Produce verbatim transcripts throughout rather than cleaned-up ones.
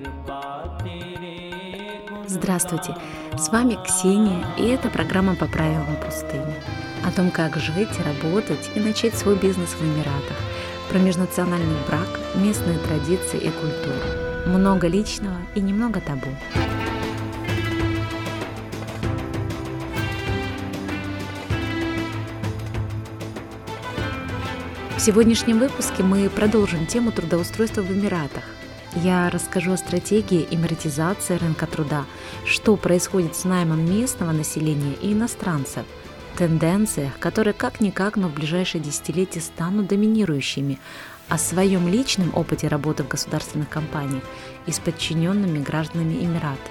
Здравствуйте, с вами Ксения, и это программа «По правилам пустыни». О том, как жить, работать и начать свой бизнес в Эмиратах, про межнациональный брак, местные традиции и культуру. Много личного и немного табу. В сегодняшнем выпуске мы продолжим тему трудоустройства в Эмиратах. Я расскажу о стратегии эмиратизации рынка труда, что происходит с наймом местного населения и иностранцев, тенденциях, которые как-никак, но в ближайшие десятилетия станут доминирующими, о своем личном опыте работы в государственных компаниях и с подчиненными гражданами Эмирата.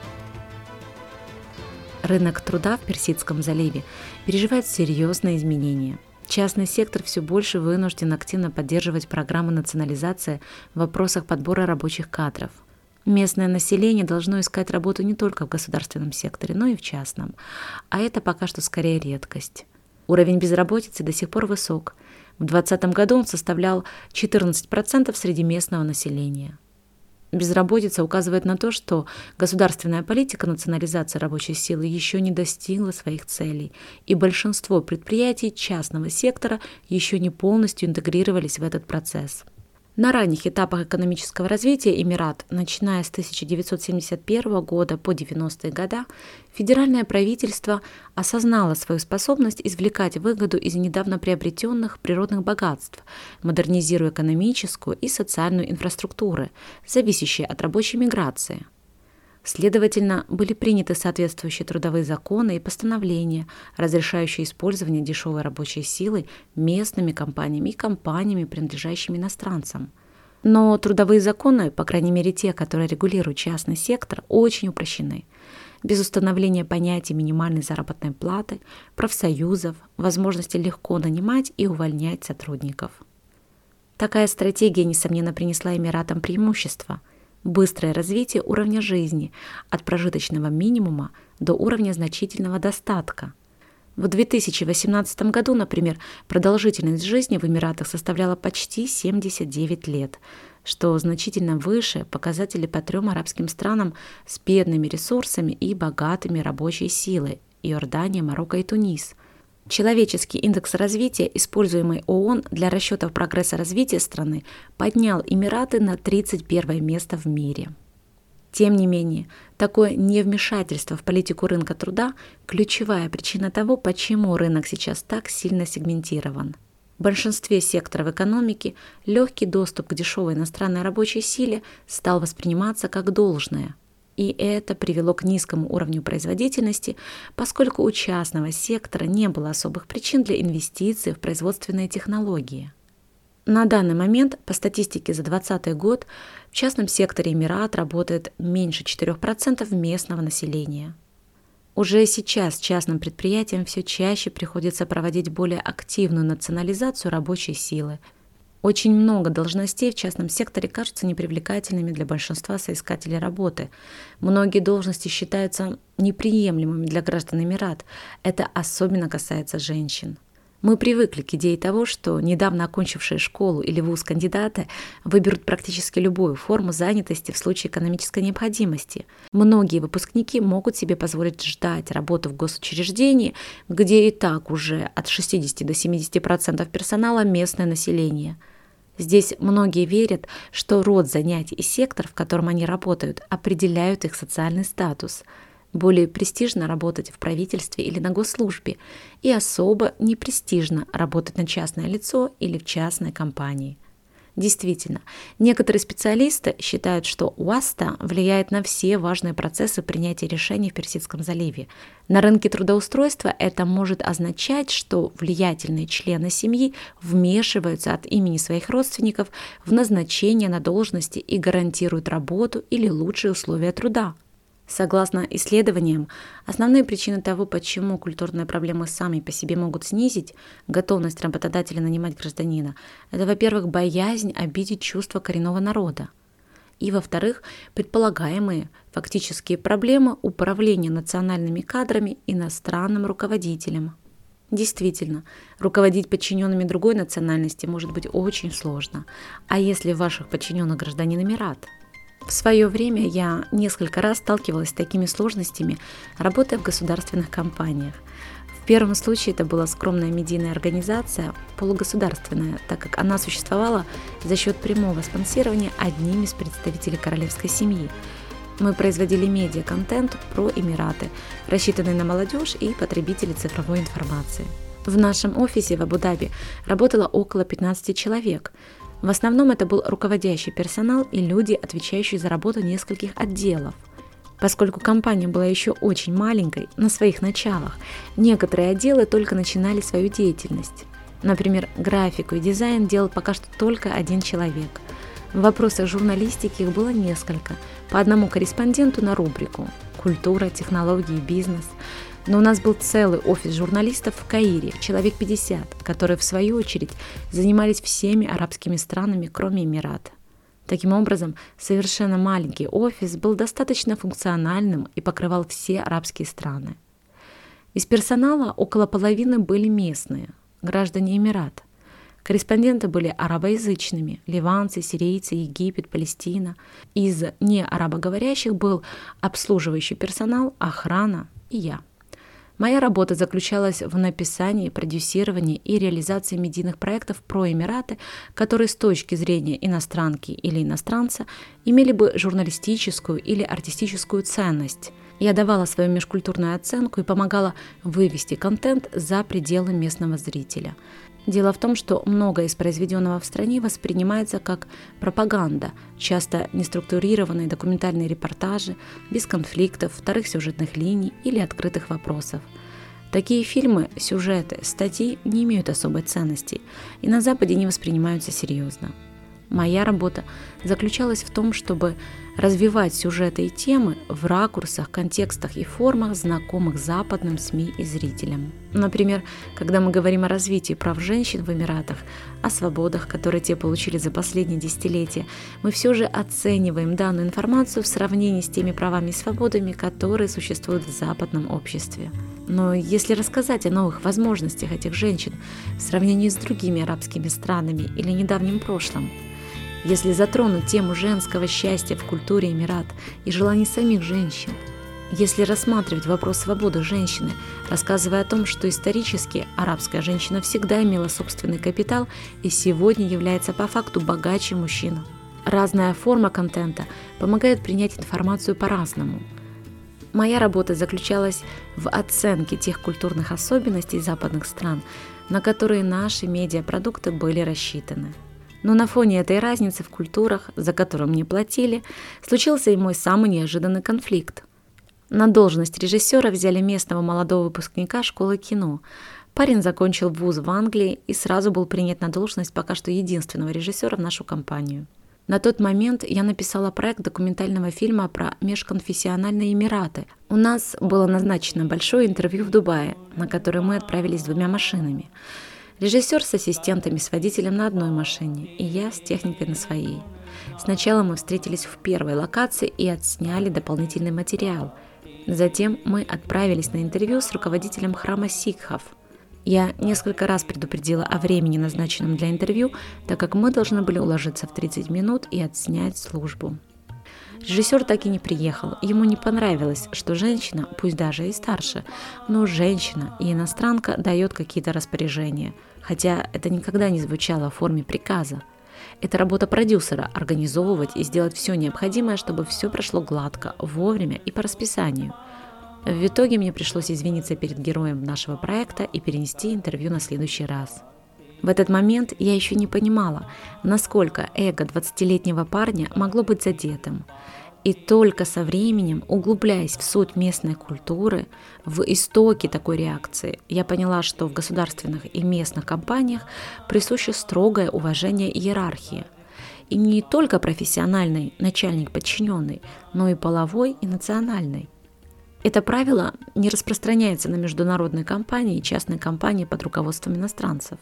Рынок труда в Персидском заливе переживает серьезные изменения. Частный сектор все больше вынужден активно поддерживать программы национализации в вопросах подбора рабочих кадров. Местное население должно искать работу не только в государственном секторе, но и в частном, а это пока что скорее редкость. Уровень безработицы до сих пор высок. В две тысячи двадцатом году он составлял четырнадцать процентов среди местного населения. Безработица указывает на то, что государственная политика национализации рабочей силы еще не достигла своих целей, и большинство предприятий частного сектора еще не полностью интегрировались в этот процесс. На ранних этапах экономического развития Эмират, начиная с тысяча девятьсот семьдесят первого года по девяностые годы, федеральное правительство осознало свою способность извлекать выгоду из недавно приобретенных природных богатств, модернизируя экономическую и социальную инфраструктуры, зависящие от рабочей миграции. Следовательно, были приняты соответствующие трудовые законы и постановления, разрешающие использование дешевой рабочей силы местными компаниями и компаниями, принадлежащими иностранцам. Но трудовые законы, по крайней мере те, которые регулируют частный сектор, очень упрощены. Без установления понятий минимальной заработной платы, профсоюзов, возможности легко нанимать и увольнять сотрудников. Такая стратегия, несомненно, принесла Эмиратам преимущество – быстрое развитие уровня жизни от прожиточного минимума до уровня значительного достатка. В две тысячи восемнадцатом году, например, продолжительность жизни в Эмиратах составляла почти семьдесят девять лет, что значительно выше показателей по трем арабским странам с бедными ресурсами и богатыми рабочей силой – Иордания, Марокко и Тунис. Человеческий индекс развития, используемый ООН для расчетов прогресса развития страны, поднял Эмираты на тридцать первое место в мире. Тем не менее, такое невмешательство в политику рынка труда – ключевая причина того, почему рынок сейчас так сильно сегментирован. В большинстве секторов экономики легкий доступ к дешевой иностранной рабочей силе стал восприниматься как должное. И это привело к низкому уровню производительности, поскольку у частного сектора не было особых причин для инвестиций в производственные технологии. На данный момент, по статистике за двадцатый год, в частном секторе Эмират работает меньше четырех процентов местного населения. Уже сейчас частным предприятиям все чаще приходится проводить более активную национализацию рабочей силы. Очень много должностей в частном секторе кажутся непривлекательными для большинства соискателей работы. Многие должности считаются неприемлемыми для граждан Эмират. Это особенно касается женщин. Мы привыкли к идее того, что недавно окончившие школу или вуз кандидаты выберут практически любую форму занятости в случае экономической необходимости. Многие выпускники могут себе позволить ждать работу в госучреждении, где и так уже от шестидесяти до семидесяти процентов персонала местное население. Здесь многие верят, что род занятий и сектор, в котором они работают, определяют их социальный статус. Более престижно работать в правительстве или на госслужбе, и особо непрестижно работать на частное лицо или в частной компании. Действительно, некоторые специалисты считают, что уаста влияет на все важные процессы принятия решений в Персидском заливе. На рынке трудоустройства это может означать, что влиятельные члены семьи вмешиваются от имени своих родственников в назначение на должности и гарантируют работу или лучшие условия труда. Согласно исследованиям, основные причины того, почему культурные проблемы сами по себе могут снизить готовность работодателя нанимать гражданина, это, во-первых, боязнь обидеть чувства коренного народа, и, во-вторых, предполагаемые фактические проблемы управления национальными кадрами иностранным руководителем. Действительно, руководить подчиненными другой национальности может быть очень сложно, а если ваших подчиненных гражданин Эмират? В свое время я несколько раз сталкивалась с такими сложностями, работая в государственных компаниях. В первом случае это была скромная медийная организация, полугосударственная, так как она существовала за счет прямого спонсирования одним из представителей королевской семьи. Мы производили медиа-контент про Эмираты, рассчитанный на молодежь и потребителей цифровой информации. В нашем офисе в Абу-Даби работало около пятнадцати человек. В основном это был руководящий персонал и люди, отвечающие за работу нескольких отделов. Поскольку компания была еще очень маленькой, на своих началах, некоторые отделы только начинали свою деятельность. Например, графику и дизайн делал пока что только один человек. В вопросах журналистики их было несколько, по одному корреспонденту на рубрику «Культура, технологии, бизнес». Но у нас был целый офис журналистов в Каире, человек пятьдесят, которые в свою очередь занимались всеми арабскими странами, кроме Эмирата. Таким образом, совершенно маленький офис был достаточно функциональным и покрывал все арабские страны. Из персонала около половины были местные, граждане Эмирата. Корреспонденты были арабоязычными – ливанцы, сирийцы, Египет, Палестина. Из неарабоговорящих был обслуживающий персонал, охрана и я. Моя работа заключалась в написании, продюсировании и реализации медийных проектов про Эмираты, которые с точки зрения иностранки или иностранца имели бы журналистическую или артистическую ценность. Я давала свою межкультурную оценку и помогала вывести контент за пределы местного зрителя. Дело в том, что многое из произведенного в стране воспринимается как пропаганда, часто неструктурированные документальные репортажи, без конфликтов, вторых сюжетных линий или открытых вопросов. Такие фильмы, сюжеты, статьи не имеют особой ценности и на Западе не воспринимаются серьезно. Моя работа заключалась в том, чтобы развивать сюжеты и темы в ракурсах, контекстах и формах, знакомых западным СМИ и зрителям. Например, когда мы говорим о развитии прав женщин в Эмиратах, о свободах, которые те получили за последние десятилетия, мы все же оцениваем данную информацию в сравнении с теми правами и свободами, которые существуют в западном обществе. Но если рассказать о новых возможностях этих женщин в сравнении с другими арабскими странами или недавним прошлым, если затронуть тему женского счастья в культуре Эмират и желаний самих женщин, если рассматривать вопрос свободы женщины, рассказывая о том, что исторически арабская женщина всегда имела собственный капитал и сегодня является по факту богаче мужчин. Разная форма контента помогает принять информацию по-разному. Моя работа заключалась в оценке тех культурных особенностей западных стран, на которые наши медиапродукты были рассчитаны. Но на фоне этой разницы в культурах, за которую мне платили, случился и мой самый неожиданный конфликт. На должность режиссера взяли местного молодого выпускника школы кино. Парень закончил вуз в Англии и сразу был принят на должность пока что единственного режиссера в нашу компанию. На тот момент я написала проект документального фильма про межконфессиональные Эмираты. У нас было назначено большое интервью в Дубае, на которое мы отправились двумя машинами. Режиссер с ассистентами, с водителем на одной машине, и я с техникой на своей. Сначала мы встретились в первой локации и отсняли дополнительный материал. Затем мы отправились на интервью с руководителем храма сикхов. Я несколько раз предупредила о времени, назначенном для интервью, так как мы должны были уложиться в тридцать минут и отснять службу. Режиссер так и не приехал. Ему не понравилось, что женщина, пусть даже и старше, но женщина и иностранка дает какие-то распоряжения, хотя это никогда не звучало в форме приказа. Это работа продюсера – организовывать и сделать все необходимое, чтобы все прошло гладко, вовремя и по расписанию. В итоге мне пришлось извиниться перед героем нашего проекта и перенести интервью на следующий раз. В этот момент я еще не понимала, насколько эго двадцатилетнего парня могло быть задетым. И только со временем, углубляясь в суть местной культуры, в истоки такой реакции, я поняла, что в государственных и местных компаниях присуще строгое уважение иерархии. И не только профессиональный начальник-подчиненный, но и половой и национальный. Это правило не распространяется на международные компании и частные компании под руководством иностранцев.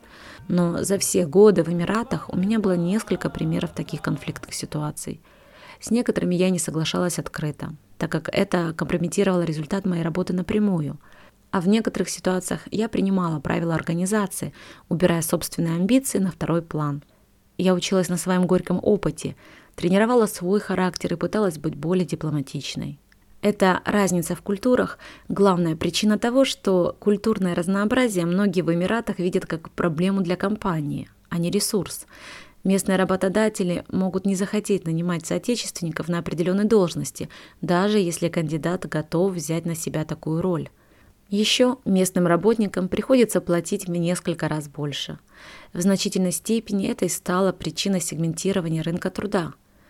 Но за все годы в Эмиратах у меня было несколько примеров таких конфликтных ситуаций. С некоторыми я не соглашалась открыто, так как это компрометировало результат моей работы напрямую. А в некоторых ситуациях я принимала правила организации, убирая собственные амбиции на второй план. Я училась на своем горьком опыте, тренировала свой характер и пыталась быть более дипломатичной. Эта разница в культурах – главная причина того, что культурное разнообразие многие в Эмиратах видят как проблему для компании, а не ресурс. Местные работодатели могут не захотеть нанимать соотечественников на определенной должности, даже если кандидат готов взять на себя такую роль. Еще местным работникам приходится платить в несколько раз больше. В значительной степени это и стало причиной сегментирования рынка труда.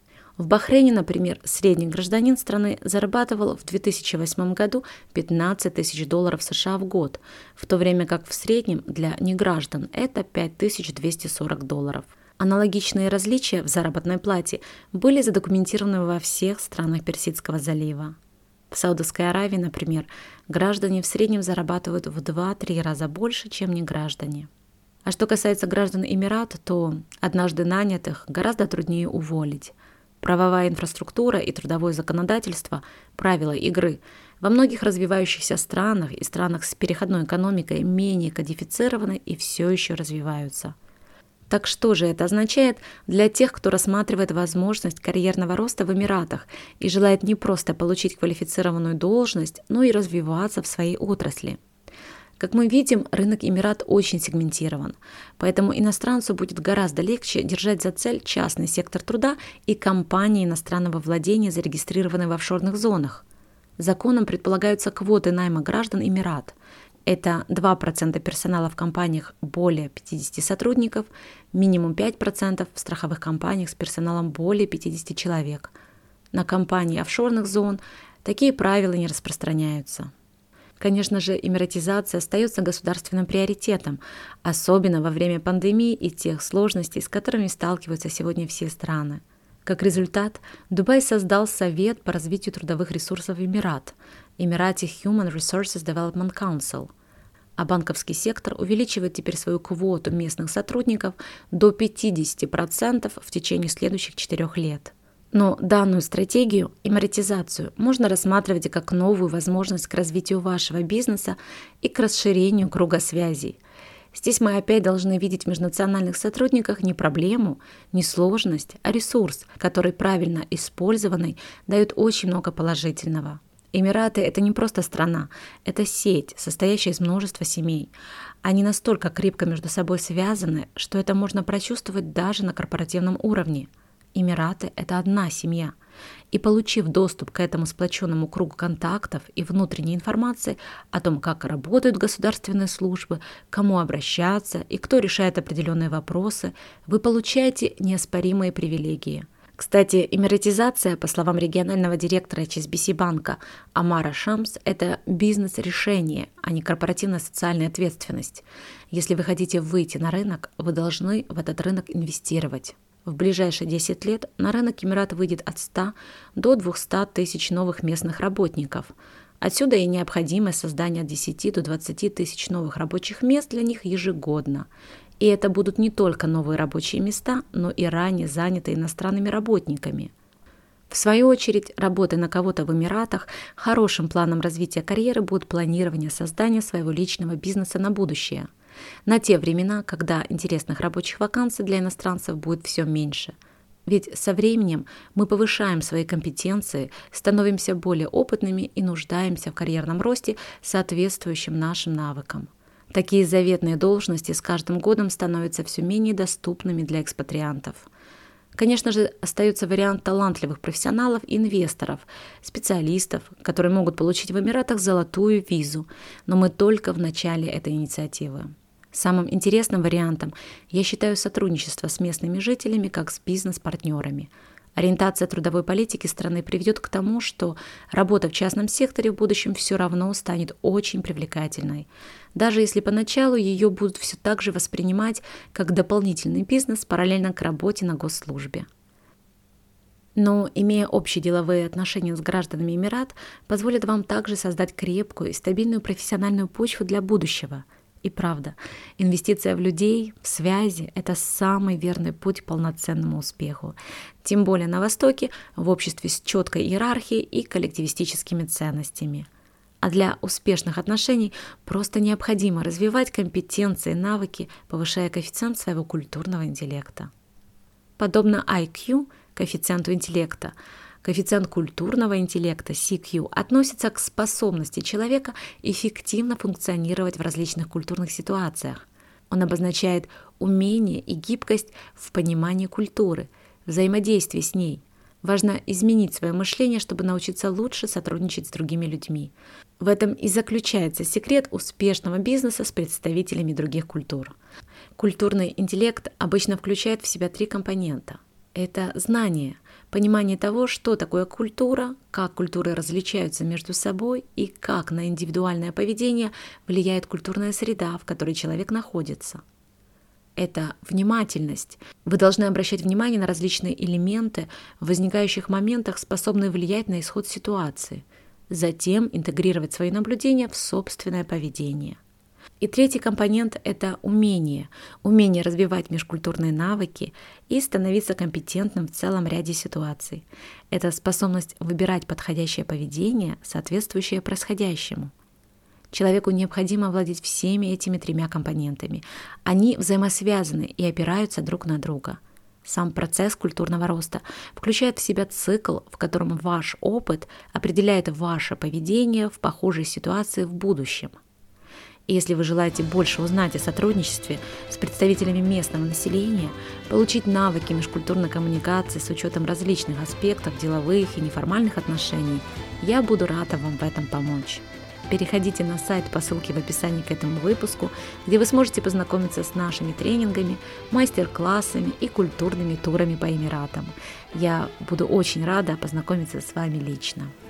В Бахрейне, например, средний гражданин страны зарабатывал в две тысячи восьмом году пятнадцать тысяч долларов США в год, в то время как в среднем для неграждан это пять тысяч двести сорок долларов. Аналогичные различия в заработной плате были задокументированы во всех странах Персидского залива. В Саудовской Аравии, например, граждане в среднем зарабатывают в два-три раза больше, чем неграждане. А что касается граждан Эмирата, то однажды нанятых гораздо труднее уволить. Правовая инфраструктура и трудовое законодательство, правила игры во многих развивающихся странах и странах с переходной экономикой менее кодифицированы и все еще развиваются. Так что же это означает для тех, кто рассматривает возможность карьерного роста в Эмиратах и желает не просто получить квалифицированную должность, но и развиваться в своей отрасли? Как мы видим, рынок Эмират очень сегментирован, поэтому иностранцу будет гораздо легче держать за цель частный сектор труда и компании иностранного владения, зарегистрированные в офшорных зонах. Законом предполагаются квоты найма граждан Эмират. Это два процента персонала в компаниях более пятидесяти сотрудников, минимум пять процентов в страховых компаниях с персоналом более пятидесяти человек. На компании офшорных зон такие правила не распространяются. Конечно же, эмиратизация остается государственным приоритетом, особенно во время пандемии и тех сложностей, с которыми сталкиваются сегодня все страны. Как результат, Дубай создал Совет по развитию трудовых ресурсов Эмират – Emirati Human Resources Development Council, а банковский сектор увеличивает теперь свою квоту местных сотрудников до пятидесяти процентов в течение следующих четырех лет. Но данную стратегию, эмиратизацию, можно рассматривать как новую возможность к развитию вашего бизнеса и к расширению круга связей. Здесь мы опять должны видеть в межнациональных сотрудниках не проблему, не сложность, а ресурс, который правильно использованный дает очень много положительного. Эмираты – это не просто страна, это сеть, состоящая из множества семей. Они настолько крепко между собой связаны, что это можно прочувствовать даже на корпоративном уровне. Эмираты – это одна семья. И получив доступ к этому сплоченному кругу контактов и внутренней информации о том, как работают государственные службы, кому обращаться и кто решает определенные вопросы, вы получаете неоспоримые привилегии. Кстати, эмиратизация, по словам регионального директора эйч эс би си банка Амара Шамс, это бизнес-решение, а не корпоративная социальная ответственность. Если вы хотите выйти на рынок, вы должны в этот рынок инвестировать. В ближайшие десять лет на рынок Эмират выйдет от ста до двухсот тысяч новых местных работников. Отсюда и необходимое создание от десяти до двадцати тысяч новых рабочих мест для них ежегодно. И это будут не только новые рабочие места, но и ранее занятые иностранными работниками. В свою очередь, работая на кого-то в Эмиратах, хорошим планом развития карьеры будет планирование создания своего личного бизнеса на будущее. На те времена, когда интересных рабочих вакансий для иностранцев будет все меньше. Ведь со временем мы повышаем свои компетенции, становимся более опытными и нуждаемся в карьерном росте, соответствующем нашим навыкам. Такие заветные должности с каждым годом становятся все менее доступными для экспатриантов. Конечно же, остается вариант талантливых профессионалов и инвесторов, специалистов, которые могут получить в Эмиратах золотую визу, но мы только в начале этой инициативы. Самым интересным вариантом я считаю сотрудничество с местными жителями как с бизнес-партнерами. Ориентация трудовой политики страны приведет к тому, что работа в частном секторе в будущем все равно станет очень привлекательной, даже если поначалу ее будут все так же воспринимать как дополнительный бизнес параллельно к работе на госслужбе. Но, имея общие деловые отношения с гражданами Эмират, позволит вам также создать крепкую и стабильную профессиональную почву для будущего. И правда, инвестиция в людей, в связи – это самый верный путь к полноценному успеху. Тем более на Востоке, в обществе с четкой иерархией и коллективистическими ценностями. А для успешных отношений просто необходимо развивать компетенции и навыки, повышая коэффициент своего культурного интеллекта. Подобно ай кью, коэффициенту интеллекта. Коэффициент культурного интеллекта, си кью, относится к способности человека эффективно функционировать в различных культурных ситуациях. Он обозначает умение и гибкость в понимании культуры, взаимодействии с ней. Важно изменить свое мышление, чтобы научиться лучше сотрудничать с другими людьми. В этом и заключается секрет успешного бизнеса с представителями других культур. Культурный интеллект обычно включает в себя три компонента. Это знание, понимание того, что такое культура, как культуры различаются между собой и как на индивидуальное поведение влияет культурная среда, в которой человек находится. Это внимательность. Вы должны обращать внимание на различные элементы в возникающих моментах, способные влиять на исход ситуации. Затем интегрировать свои наблюдения в собственное поведение. И третий компонент – это умение. Умение развивать межкультурные навыки и становиться компетентным в целом ряде ситуаций. Это способность выбирать подходящее поведение, соответствующее происходящему. Человеку необходимо владеть всеми этими тремя компонентами. Они взаимосвязаны и опираются друг на друга. Сам процесс культурного роста включает в себя цикл, в котором ваш опыт определяет ваше поведение в похожей ситуации в будущем. И если вы желаете больше узнать о сотрудничестве с представителями местного населения, получить навыки межкультурной коммуникации с учетом различных аспектов деловых и неформальных отношений, я буду рада вам в этом помочь. Переходите на сайт по ссылке в описании к этому выпуску, где вы сможете познакомиться с нашими тренингами, мастер-классами и культурными турами по Эмиратам. Я буду очень рада познакомиться с вами лично.